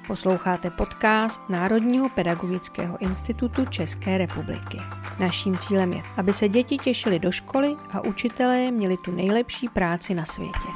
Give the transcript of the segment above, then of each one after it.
Posloucháte podcast Národního pedagogického institutu České republiky. Naším cílem je, aby se děti těšily do školy a učitelé měli tu nejlepší práci na světě.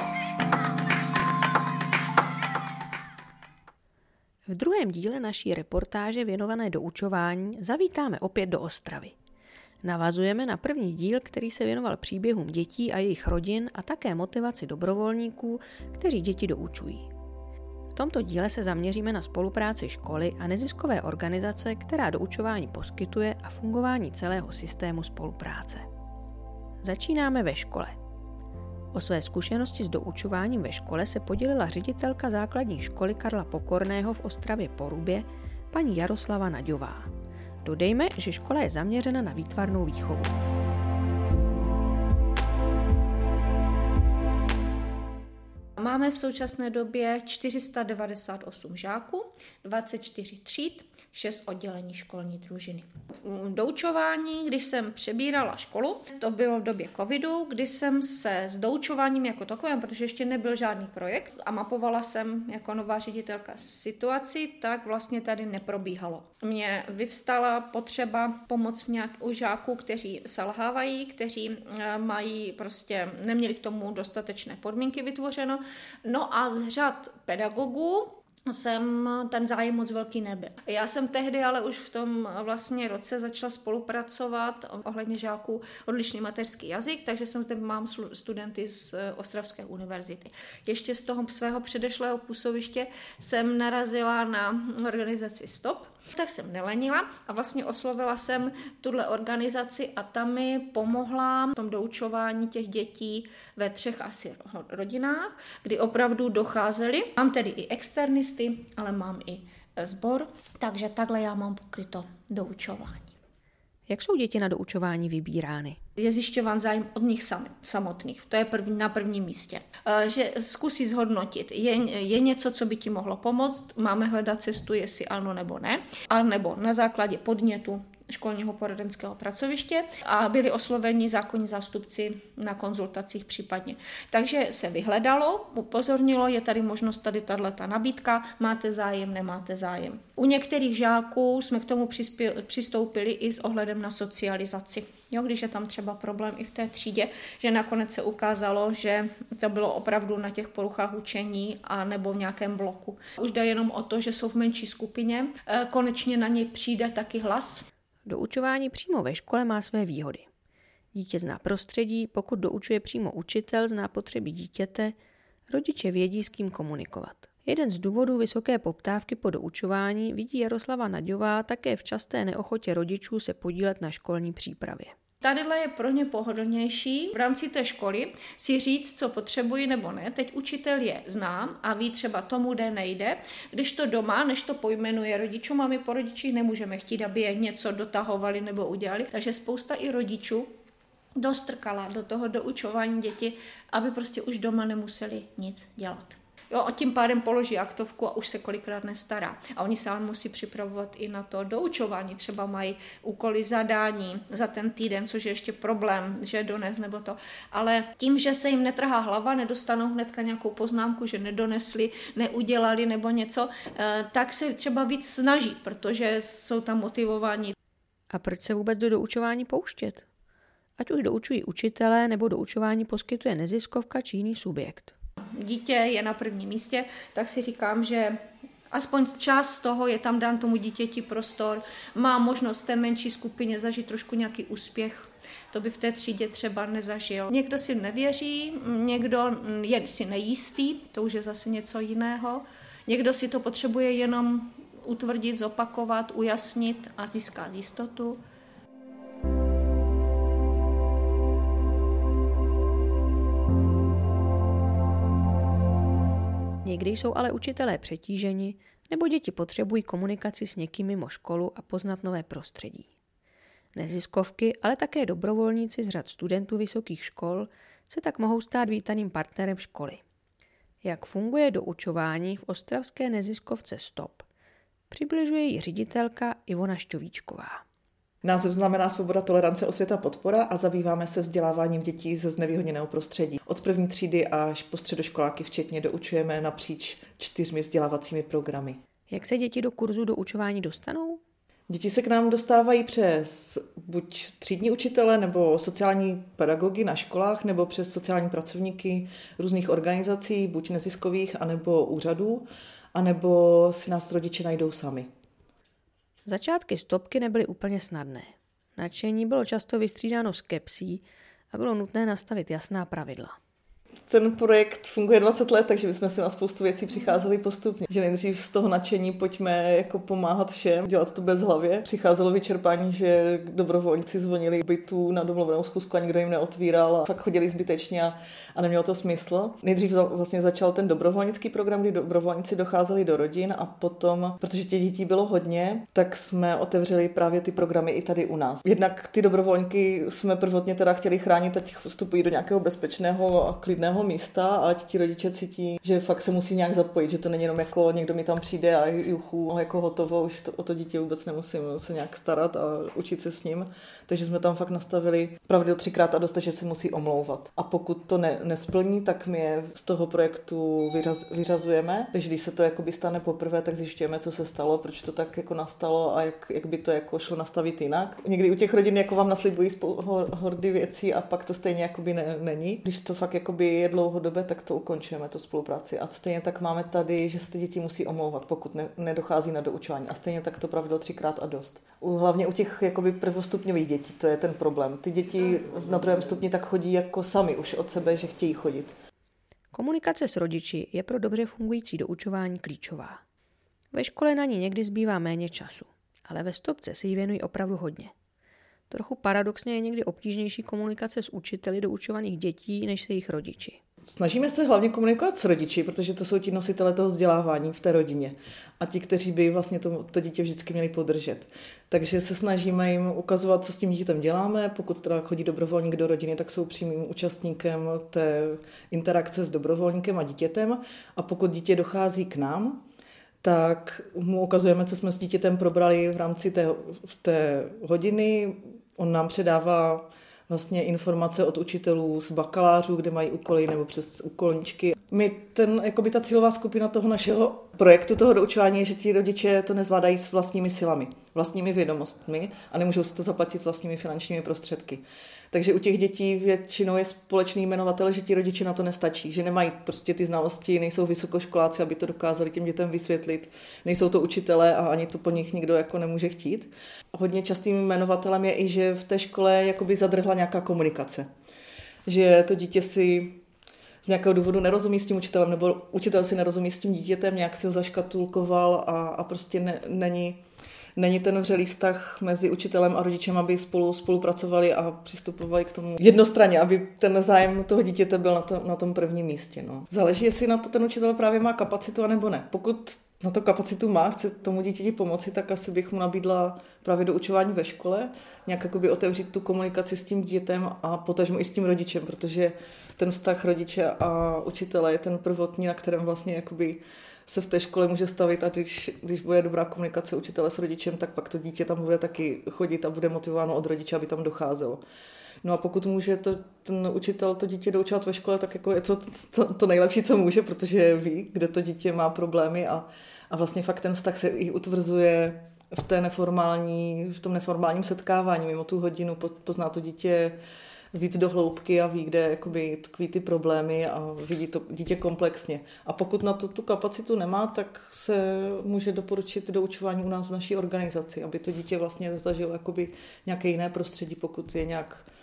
V druhém díle naší reportáže věnované doučování zavítáme opět do Ostravy. Navazujeme na první díl, který se věnoval příběhům dětí a jejich rodin a také motivaci dobrovolníků, kteří děti doučují. V tomto díle se zaměříme na spolupráci školy a neziskové organizace, která doučování poskytuje, a fungování celého systému spolupráce. Začínáme ve škole. O své zkušenosti s doučováním ve škole se podělila ředitelka základní školy Karla Pokorného v Ostravě Porubě, paní Jaroslava Naďová. Dodejme, že škola je zaměřena na výtvarnou výchovu. Máme v současné době 498 žáků, 24 tříd, 6 oddělení školní družiny. Doučování, když jsem přebírala školu, to bylo v době covidu, kdy jsem se s doučováním jako takovým, protože ještě nebyl žádný projekt a mapovala jsem jako nová ředitelka situaci, tak vlastně tady neprobíhalo. Mně vyvstala potřeba pomoct u žáků, kteří selhávají, kteří neměli k tomu dostatečné podmínky vytvořeno. No a z řad pedagogů ten zájem moc velký nebyl. Já jsem tehdy ale už v tom vlastně roce začala spolupracovat ohledně žáků odlišný mateřský jazyk, takže zde mám studenty z Ostravské univerzity. Ještě z toho svého předešlého působiště jsem narazila na organizaci STOP, tak jsem nelenila a vlastně oslovila jsem tuhle organizaci a ta mi pomohla v tom doučování těch dětí ve 3 asi rodinách, kdy opravdu docházeli. Mám tedy i externisty, ale mám i sbor, takže takhle já mám pokryto doučování. Jak jsou děti na doučování vybírány? Je zjišťován zájem od nich samotných, to je na prvním místě. Že zkusí zhodnotit, je něco, co by ti mohlo pomoct, máme hledat cestu, jestli ano nebo ne, a nebo na základě podnětu školního poradenského pracoviště a byli osloveni zákonní zástupci na konzultacích případně. Takže se vyhledalo, upozornilo, je tady možnost tato nabídka, máte zájem, nemáte zájem. U některých žáků jsme k tomu přistoupili i s ohledem na socializaci. Když je tam třeba problém i v té třídě, že nakonec se ukázalo, že to bylo opravdu na těch poruchách učení a nebo v nějakém bloku. Už jde jenom o to, že jsou v menší skupině, konečně na ně přijde taky hlas. Doučování přímo ve škole má své výhody. Dítě zná prostředí, pokud doučuje přímo učitel, zná potřeby dítěte, rodiče vědí, s kým komunikovat. Jeden z důvodů vysoké poptávky po doučování vidí Jaroslava Naďová také v časté neochotě rodičů se podílet na školní přípravě. Tadyhle je pro ně pohodlnější v rámci té školy si říct, co potřebují nebo ne. Teď učitel je znám a ví třeba tomu jde, nejde. Když to doma, než to pojmenuje rodičům, a my po rodičích nemůžeme chtít, aby je něco dotahovali nebo udělali. Takže spousta i rodičů dostrkala do toho doučování děti, aby prostě už doma nemuseli nic dělat. A tím pádem položí aktovku a už se kolikrát nestará. A oni se ale musí připravovat i na to doučování. Třeba mají úkoly, zadání za ten týden, což je ještě problém, že dones nebo to. Ale tím, že se jim netrhá hlava, nedostanou hnedka nějakou poznámku, že nedonesli, neudělali nebo něco, tak se třeba víc snaží, protože jsou tam motivováni. A proč se vůbec do doučování pouštět? Ať už doučují učitelé nebo doučování poskytuje neziskovka či jiný subjekt. Dítě je na prvním místě, tak si říkám, že aspoň část z toho je tam dán tomu dítěti prostor, má možnost v té menší skupině zažít trošku nějaký úspěch. To by v té třídě třeba nezažil. Někdo si nevěří, někdo je si nejistý, to už je zase něco jiného. Někdo si to potřebuje jenom utvrdit, zopakovat, ujasnit a získat jistotu. Někdy jsou ale učitelé přetíženi, nebo děti potřebují komunikaci s někým mimo školu a poznat nové prostředí. Neziskovky, ale také dobrovolníci z řad studentů vysokých škol se tak mohou stát vítaným partnerem školy. Jak funguje doučování v ostravské neziskovce STOP, přibližuje ji ředitelka Ivona Šťovíčková. Název znamená Svoboda, tolerance, osvěta, podpora a zabýváme se vzděláváním dětí ze znevýhodněného prostředí. Od první třídy až po středoškoláky včetně doučujeme napříč 4 vzdělávacími programy. Jak se děti do kurzu doučování dostanou? Děti se k nám dostávají přes buď třídní učitele nebo sociální pedagogy na školách nebo přes sociální pracovníky různých organizací, buď neziskových, anebo úřadů, anebo si nás rodiče najdou sami. Začátky stopky nebyly úplně snadné. Nadšení bylo často vystřídáno skepsí a bylo nutné nastavit jasná pravidla. Ten projekt funguje 20 let, takže my jsme si na spoustu věcí přicházeli postupně. Že nejdřív z toho nadšení pojďme jako pomáhat všem, dělat to bezhlavě. Přicházelo vyčerpání, že dobrovolníci zvonili bytu na domluvenou schůzku a nikdo jim neotvíral a fakt chodili zbytečně a nemělo to smysl. Nejdřív vlastně začal ten dobrovolnický program, kdy dobrovolníci docházeli do rodin a potom, protože těch dětí bylo hodně, tak jsme otevřeli právě ty programy i tady u nás. Jednak ty dobrovolníky jsme prvotně teda chtěli chránit, ať vstupují do nějakého bezpečného a klidného místa a ať ti rodiče cítí, že fakt se musí nějak zapojit, že to není jenom jako někdo mi tam přijde a juchu, jako hotovo, už o to dítě vůbec nemusím se nějak starat a učit se s ním. Takže jsme tam fakt nastavili pravidlo 3x a dost, že se musí omlouvat. A pokud to nesplní, tak my je z toho projektu vyřazujeme. Takže když se to jakoby stane poprvé, tak zjišťujeme, co se stalo, proč to tak jako nastalo a jak by to jako šlo nastavit jinak. Někdy u těch rodin jako vám naslibují hordy věcí a pak to stejně jakoby není. Když to fakt jakoby je dlouhodobé, tak to ukončujeme, tu spolupráci. A stejně tak máme tady, že se ty děti musí omlouvat, pokud nedochází na doučování. A stejně tak to pravidlo 3x a dost. Hlavně u těch jakoby prvostupňových dětí, to je ten problém. Ty děti na 2. stupni tak chodí jako sami už od sebe, že chtějí chodit. Komunikace s rodiči je pro dobře fungující doučování klíčová. Ve škole na ní někdy zbývá méně času, ale ve stopce si ji věnují opravdu hodně. Trochu paradoxně je někdy obtížnější komunikace s učiteli doučovaných dětí než se jejich rodiči. Snažíme se hlavně komunikovat s rodiči, protože to jsou ti nositele toho vzdělávání v té rodině a ti, kteří by vlastně to dítě vždycky měli podržet. Takže se snažíme jim ukazovat, co s tím dítětem děláme. Pokud teda chodí dobrovolník do rodiny, tak jsou přímým účastníkem té interakce s dobrovolníkem a dítětem. A pokud dítě dochází k nám, tak mu ukazujeme, co jsme s dítětem probrali v rámci té hodiny. On nám předává vlastně informace od učitelů z bakalářů, kde mají úkoly nebo přes úkolníčky. Ta cílová skupina toho našeho projektu, toho doučování je, že ti rodiče to nezvládají s vlastními silami, vlastními vědomostmi a nemůžou si to zaplatit vlastními finančními prostředky. Takže u těch dětí většinou je společný jmenovatel, že ti rodiče na to nestačí, že nemají prostě ty znalosti, nejsou vysokoškoláci, aby to dokázali těm dětem vysvětlit, nejsou to učitelé a ani to po nich nikdo jako nemůže chtít. Hodně častým jmenovatelem je i, že v té škole jakoby zadrhla nějaká komunikace. Že to dítě si z nějakého důvodu nerozumí s tím učitelem, nebo učitel si nerozumí s tím dítětem, nějak si ho zaškatulkoval a prostě není ten vřelý vztah mezi učitelem a rodičem, aby spolupracovali a přistupovali k tomu jednostranně, aby ten zájem toho dítěte byl na tom prvním místě. No. Záleží, jestli na to ten učitel právě má kapacitu, anebo ne. Pokud na to kapacitu má, chce tomu dítěti pomoci, tak asi bych mu nabídla právě doučování ve škole, nějak jakoby otevřít tu komunikaci s tím dítětem a potažmo i s tím rodičem, protože ten vztah rodiče a učitele je ten prvotní, na kterém vlastně jakoby se v té škole může stavit a když bude dobrá komunikace učitele s rodičem, tak pak to dítě tam bude taky chodit a bude motivováno od rodiče, aby tam docházelo. No a pokud může ten učitel to dítě doučovat ve škole, tak jako je to nejlepší, co může, protože ví, kde to dítě má problémy a vlastně fakt ten vztah se i utvrzuje v tom neformálním setkávání. Mimo tu hodinu pozná to dítě víc do hloubky a ví, kde jakoby tkví ty problémy a vidí to dítě komplexně. A pokud na to tu kapacitu nemá, tak se může doporučit doučování u nás v naší organizaci, aby to dítě vlastně zažilo jakoby nějaké jiné prostředí, pokud je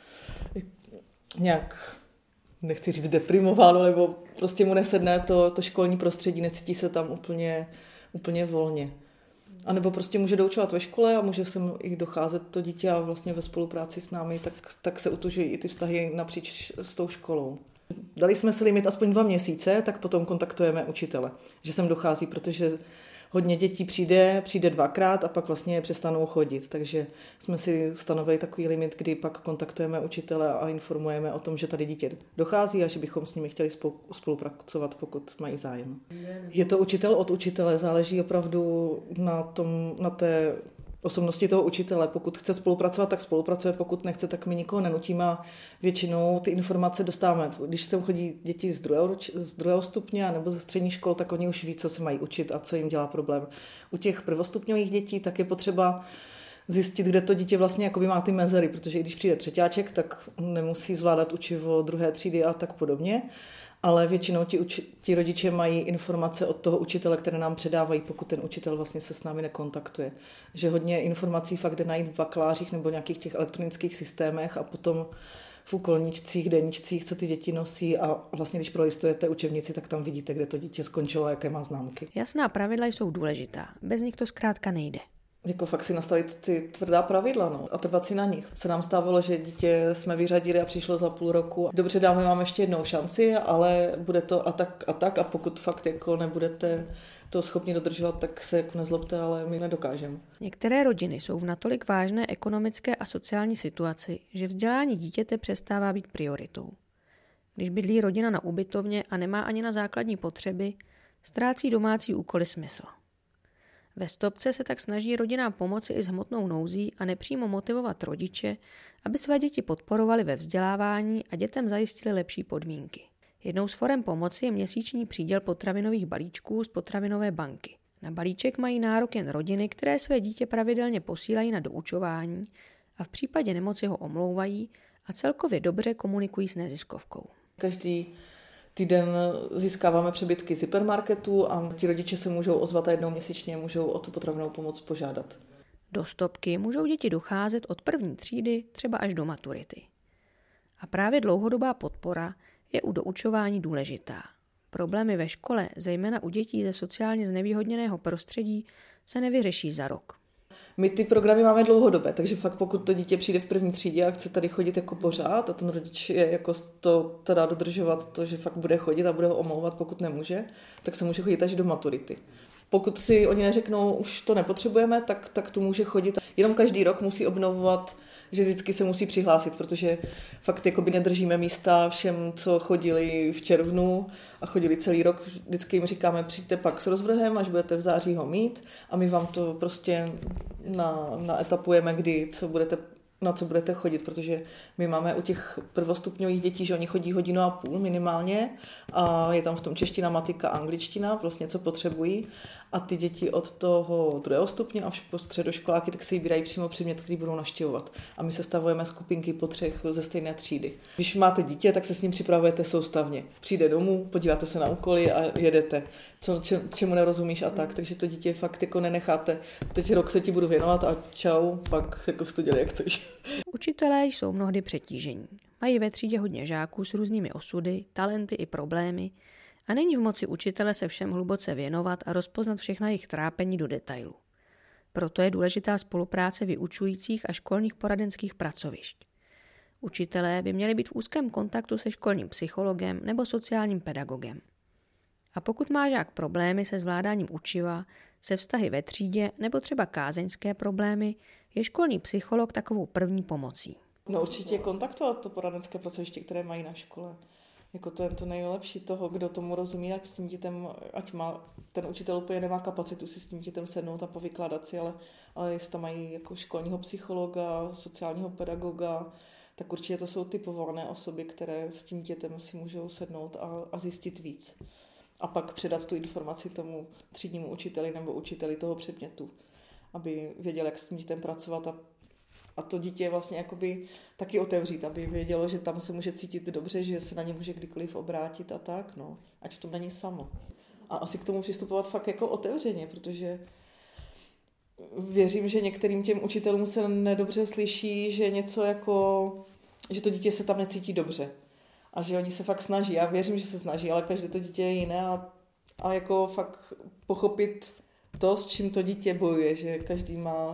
nějak nechci říct deprimováno, nebo prostě mu nesedne to školní prostředí, necítí se tam úplně volně. A nebo prostě může doučovat ve škole a může sem i docházet to dítě a vlastně ve spolupráci s námi, tak se utužují i ty vztahy napříč s tou školou. Dali jsme si limit aspoň 2 měsíce, tak potom kontaktujeme učitele, že sem dochází, protože hodně dětí přijde 2krát a pak vlastně přestanou chodit. Takže jsme si stanovili takový limit, kdy pak kontaktujeme učitele a informujeme o tom, že tady dítě dochází a že bychom s nimi chtěli spolupracovat, pokud mají zájem. Je to učitel od učitele, záleží opravdu na té osobnosti toho učitele. Pokud chce spolupracovat, tak spolupracuje, pokud nechce, tak my nikoho nenutíme a většinou ty informace dostáváme. Když sem chodí děti z druhého stupně nebo ze střední škol, tak oni už ví, co se mají učit a co jim dělá problém. U těch prvostupňových dětí tak je potřeba zjistit, kde to dítě vlastně jakoby má ty mezery, protože i když přijde třeťáček, tak nemusí zvládat učivo druhé třídy a tak podobně. Ale většinou ti rodiče mají informace od toho učitele, které nám předávají, pokud ten učitel vlastně se s námi nekontaktuje. Že hodně informací fakt jde najít v bakalářích nebo nějakých těch elektronických systémech a potom v úkolníčcích, deníčcích, co ty děti nosí a vlastně když prolistujete učebnici, tak tam vidíte, kde to dítě skončilo a jaké má známky. Jasná pravidla jsou důležitá, bez nich to zkrátka nejde. Jako fakt si nastavit ty tvrdá pravidla a trvat si na nich. Se nám stávalo, že dítě jsme vyřadili a přišlo za půl roku. Dobře, dáme vám ještě jednou šanci, ale bude to a tak a pokud fakt jako nebudete to schopni dodržovat, tak se jako nezlobte, ale my nedokážeme. Některé rodiny jsou v natolik vážné ekonomické a sociální situaci, že vzdělání dítěte přestává být prioritou. Když bydlí rodina na ubytovně a nemá ani na základní potřeby, ztrácí domácí úkoly smysl. Ve stopce se tak snaží rodinám pomoci i s hmotnou nouzí a nepřímo motivovat rodiče, aby své děti podporovali ve vzdělávání a dětem zajistili lepší podmínky. Jednou z forem pomoci je měsíční příděl potravinových balíčků z potravinové banky. Na balíček mají nárok jen rodiny, které své dítě pravidelně posílají na doučování a v případě nemoci ho omlouvají a celkově dobře komunikují s neziskovkou. Každý týden získáváme přebytky z hypermarketu a ti rodiče se můžou ozvat a jednou měsíčně můžou o tu potravinovou pomoc požádat. Do stopky můžou děti docházet od první třídy třeba až do maturity. A právě dlouhodobá podpora je u doučování důležitá. Problémy ve škole, zejména u dětí ze sociálně znevýhodněného prostředí, se nevyřeší za rok. My ty programy máme dlouhodobé, takže fakt pokud to dítě přijde v první třídě a chce tady chodit jako pořád a ten rodič je jako to teda dodržovat to, že fakt bude chodit a bude ho omlouvat, pokud nemůže, tak se může chodit až do maturity. Pokud si oni neřeknou, už to nepotřebujeme, tak to může chodit. Jenom každý rok musí obnovovat, že vždycky se musí přihlásit, protože fakt jakoby nedržíme místa všem, co chodili v červnu a chodili celý rok. Vždycky jim říkáme, přijďte pak s rozvrhem, až budete v září ho mít a my vám to prostě naetapujeme, na co budete chodit, protože my máme u těch prvostupňových dětí, že oni chodí 1,5 hodiny minimálně a je tam v tom čeština, matika, angličtina, vlastně co potřebují a ty děti od toho 2. stupně až po středoškoláky tak si vybírají přímo předmět, který budou navštěvovat. A my sestavujeme skupinky po 3 ze stejné třídy. Když máte dítě, tak se s ním připravujete soustavně. Přijde domů, podíváte se na úkoly a jedete. Čemu nerozumíš a tak, takže to dítě fakt jako nenecháte. Teď rok se ti budu věnovat a čau, pak jako to dělej, jak chceš. Učitelé jsou mnohdy přetížení. Mají ve třídě hodně žáků s různými osudy, talenty i problémy a není v moci učitele se všem hluboce věnovat a rozpoznat všechna jejich trápení do detailu. Proto je důležitá spolupráce vyučujících a školních poradenských pracovišť. Učitelé by měli být v úzkém kontaktu se školním psychologem nebo sociálním pedagogem. A pokud má žák problémy se zvládáním učiva, se vztahy ve třídě nebo třeba kázeňské problémy, je školní psycholog takovou první pomocí. No určitě kontaktovat to poradenské pracoviště, které mají na škole. Jako to je to nejlepší toho, kdo tomu rozumí, ať s tím dítem, ať má, ten učitel úplně nemá kapacitu si s tím dítem sednout a povykládat si, ale jestli tam mají jako školního psychologa, sociálního pedagoga, tak určitě to jsou typované osoby, které s tím dítem si můžou sednout a zjistit víc. A pak předat tu informaci tomu třídnímu učiteli nebo učiteli toho předmětu, aby věděl, jak s tím dítem pracovat a to dítě vlastně jakoby taky otevřít, aby vědělo, že tam se může cítit dobře, že se na ně může kdykoliv obrátit a tak, no. Ať to není samo. A asi k tomu přistupovat fakt jako otevřeně, protože věřím, že některým těm učitelům se nedobře slyší, že něco jako, že to dítě se tam necítí dobře. A že oni se fakt snaží. Já věřím, že se snaží, ale každé to dítě je jiné a jako fakt pochopit to, s čím to dítě bojuje, že každý má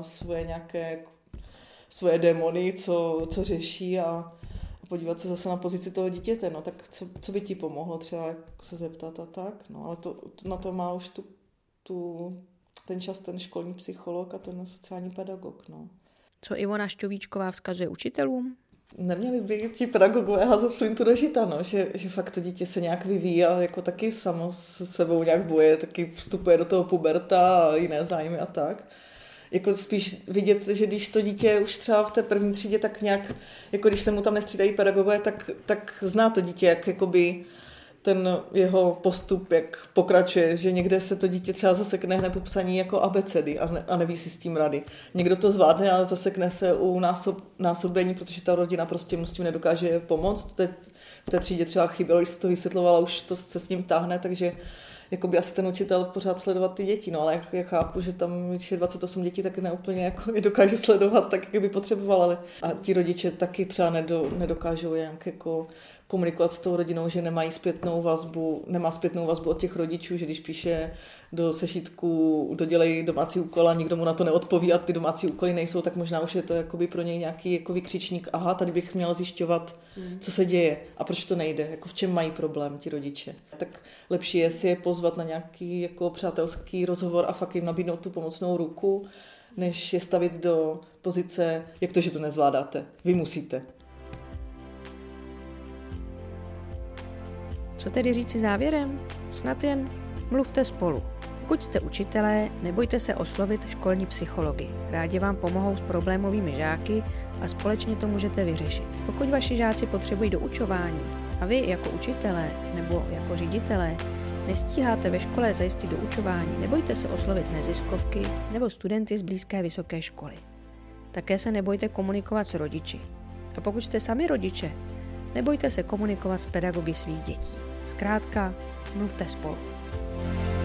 svoje démony, co řeší a podívat se zase na pozici toho dítěte, no tak co by ti pomohlo třeba se zeptat a tak, no ale na to má už ten čas ten školní psycholog a ten sociální pedagog, no. Co Ivona Šťovíčková vzkazuje učitelům? Neměli by ti pedagogové házet flintu do žita, no, že fakt to dítě se nějak vyvíjí a jako taky samo s sebou nějak boje, taky vstupuje do toho puberta a jiné zájmy a tak. jako spíš vidět, že když to dítě už třeba v té první třídě tak nějak, jako když se mu tam nestřídají pedagogové, tak zná to dítě, jak jakoby ten jeho postup, jak pokračuje, že někde se to dítě třeba zasekne hned u psaní jako abecedy a neví si s tím rady. Někdo to zvládne, ale zasekne se u násobení, protože ta rodina prostě mu s tím nedokáže pomoct. V té třídě třeba chybělo, když se to vysvětlovala, už to se s ním táhne, takže jakoby asi ten učitel pořád sledovat ty děti, no ale já chápu, že tam, když je 28 dětí, tak neúplně jako je dokáže sledovat tak, jak by potřeboval, ale a ti rodiče taky třeba nedokážou nějak jako komunikovat s tou rodinou, že nemá zpětnou vazbu od těch rodičů, že když píše do sešitku dodělej domácí úkol a nikdo mu na to neodpoví a ty domácí úkoly nejsou, tak možná už je to jakoby pro něj nějaký jako vykřičník, aha, tady bych měla zjišťovat, co se děje a proč to nejde, jako v čem mají problém ti rodiče. Tak lepší je si je pozvat na nějaký jako přátelský rozhovor a fakt jim nabídnout tu pomocnou ruku, než je stavit do pozice, jak to, že to nezvládáte, vy musíte. Co tedy říci závěrem? Snad jen mluvte spolu. Pokud jste učitelé, nebojte se oslovit školní psychology. Rádi vám pomohou s problémovými žáky a společně to můžete vyřešit. Pokud vaši žáci potřebují doučování a vy jako učitelé nebo jako ředitelé nestíháte ve škole zajistit doučování, nebojte se oslovit neziskovky nebo studenty z blízké vysoké školy. Také se nebojte komunikovat s rodiči. A pokud jste sami rodiče, nebojte se komunikovat s pedagogy svých dětí. Zkrátka, mluvte spolu.